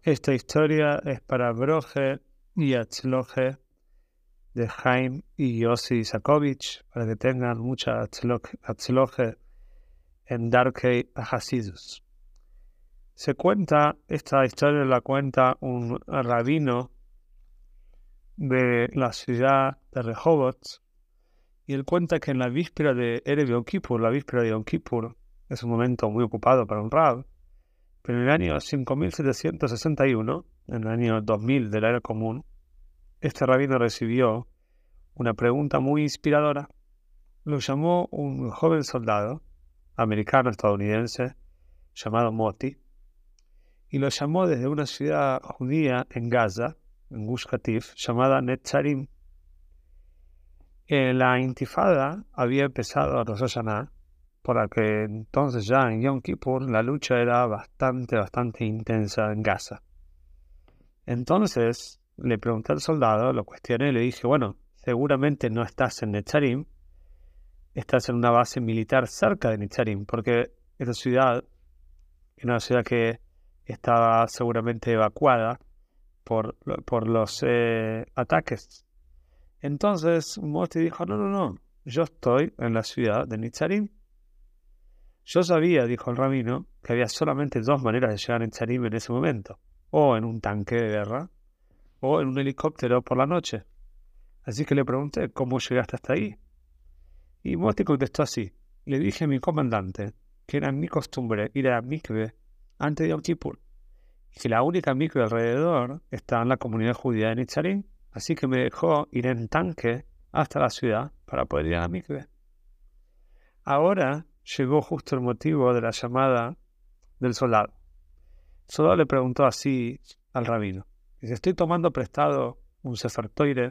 Esta historia es para Broje y Atzloje de Chaim y Yossi Isakovich, para que tengan mucha Atzloje en Darkei Hasidus. Se cuenta, esta historia la cuenta un rabino de la ciudad de Rehovot, y él cuenta que en la víspera de Erev Yom Kippur, la víspera de Yom Kippur, es un momento muy ocupado para un rab, pero en el año 5761, en el año 2000 de la era común, este rabino recibió una pregunta muy inspiradora. Lo llamó un joven soldado americano-estadounidense llamado Moti, y lo llamó desde una ciudad judía en Gaza, en Gush Katif, llamada Netzarim. La intifada había empezado a Rosh Hashanah, por la que entonces ya en Yom Kippur la lucha era bastante intensa en Gaza. Entonces le pregunté al soldado, lo cuestioné y le dije, bueno, seguramente no estás en Netzarim, estás en una base militar cerca de Netzarim, porque esa ciudad era una ciudad que estaba seguramente evacuada por los ataques. Entonces Moti dijo, no, yo estoy en la ciudad de Netzarim. Yo sabía, dijo el rabino, que había solamente dos maneras de llegar a Netzarim en ese momento, o en un tanque de guerra, o en un helicóptero por la noche. Así que le pregunté, ¿cómo llegaste hasta ahí? Y Moti contestó así. Le dije a mi comandante que era mi costumbre ir a mikve antes de Yom Kippur, y que la única mikve alrededor estaba en la comunidad judía de Netzarim, así que me dejó ir en tanque hasta la ciudad para poder ir a la mikve. Ahora llegó justo el motivo de la llamada del soldado. El soldado le preguntó así al rabino. Dice, estoy tomando prestado un Sefer Toire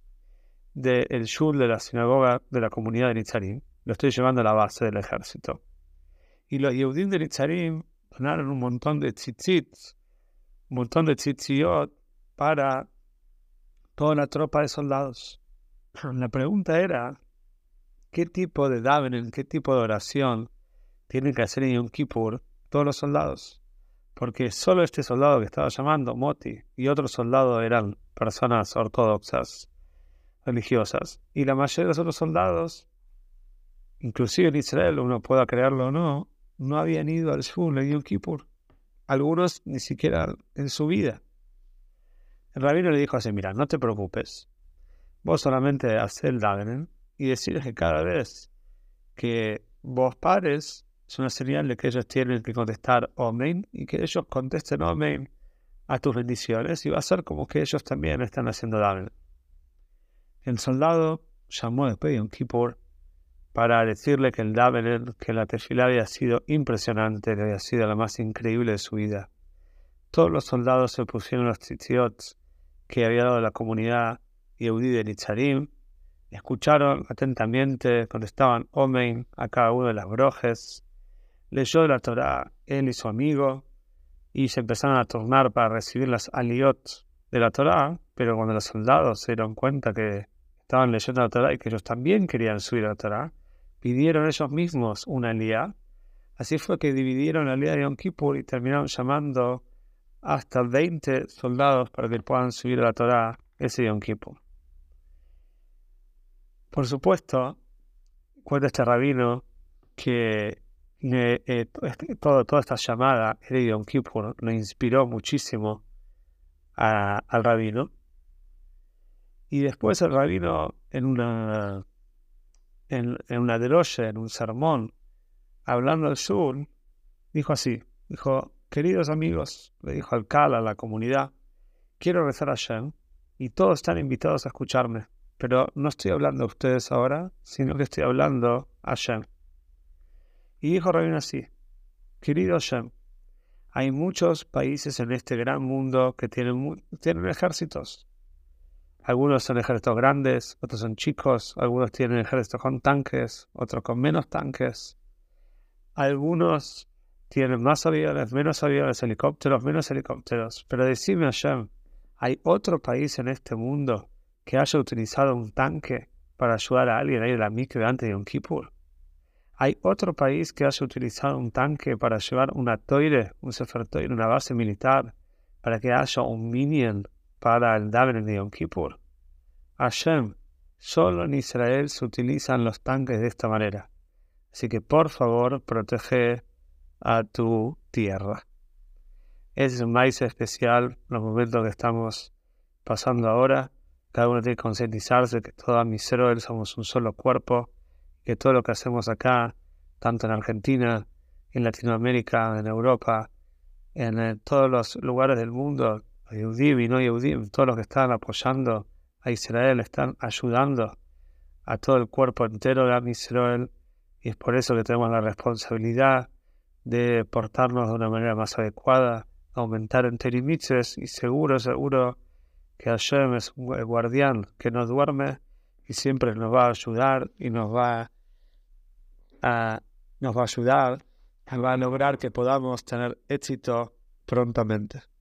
del shul de la sinagoga de la comunidad de Netzarim. Lo estoy llevando a la base del ejército. Y los Yehudim de Netzarim donaron un montón de tzitzit, un montón de tzitziot para toda la tropa de soldados. La pregunta era, ¿qué tipo de davening, qué tipo de oración tienen que hacer en Yom Kippur todos los soldados? Porque solo este soldado que estaba llamando, Moti, y otro soldado eran personas ortodoxas, religiosas. Y la mayoría de los otros soldados, inclusive en Israel, uno pueda creerlo o no, no habían ido al shul en Yom Kippur. Algunos ni siquiera en su vida. El rabino le dijo así, mira, no te preocupes. Vos solamente hacés el davening y decirles que cada vez que vos pares, es una señal de que ellos tienen que contestar Omen, y que ellos contesten Omen a tus bendiciones, y va a ser como que ellos también están haciendo davening. El soldado llamó después de Yom Kippur para decirle que el davening, que la tefilá había sido impresionante, que había sido la más increíble de su vida. Todos los soldados se pusieron los tzitziot que había dado la comunidad Yehudí de Netzarim, escucharon atentamente, contestaban Omen a cada uno de las brojes, leyó la Torá él y su amigo, y se empezaron a turnar para recibir las aliyot de la Torá, pero cuando los soldados se dieron cuenta que estaban leyendo la Torá y que ellos también querían subir a la Torá, pidieron ellos mismos una aliyá. Así fue que dividieron la aliyá de Yom Kippur y terminaron llamando hasta 20 soldados para que puedan subir a la Torá ese Yom Kippur. Por supuesto, cuenta este rabino que toda esta llamada de Yom Kippur le inspiró muchísimo al rabino. Y después el rabino en una deroche, en un sermón, hablando al shul, dijo así, queridos amigos, le dijo al Kala, a la comunidad, quiero rezar a Hashem y todos están invitados a escucharme, pero no estoy hablando a ustedes ahora, sino que estoy hablando a Hashem. Y dijo rabino así, querido Hashem, hay muchos países en este gran mundo que tienen ejércitos. Algunos son ejércitos grandes, otros son chicos, algunos tienen ejércitos con tanques, otros con menos tanques. Algunos tienen más aviones, menos aviones, helicópteros, menos helicópteros. Pero decime, Hashem, ¿hay otro país en este mundo que haya utilizado un tanque para ayudar a alguien a ir a la mikve antes de Yom Kippur? ¿Hay otro país que haya utilizado un tanque para llevar una toire, un Sefer Toire, una base militar para que haya un minyan para el Daven de Yom Kippur. Hashem, solo en Israel se utilizan los tanques de esta manera. Así que por favor, protege a tu tierra. Es un maíz especial, los momentos que estamos pasando ahora. Cada uno tiene que concientizarse que todos mis Israel somos un solo cuerpo, que todo lo que hacemos acá, tanto en Argentina, en Latinoamérica, en Europa, en todos los lugares del mundo, Yehudim y no Yehudim, todos los que están apoyando a Israel, están ayudando a todo el cuerpo entero de Am Israel, y es por eso que tenemos la responsabilidad de portarnos de una manera más adecuada, aumentar en Torah y mitzvot, y seguro que Hashem es el guardián que no duerme y siempre nos va a ayudar y nos va a ayudar, va a lograr que podamos tener éxito prontamente.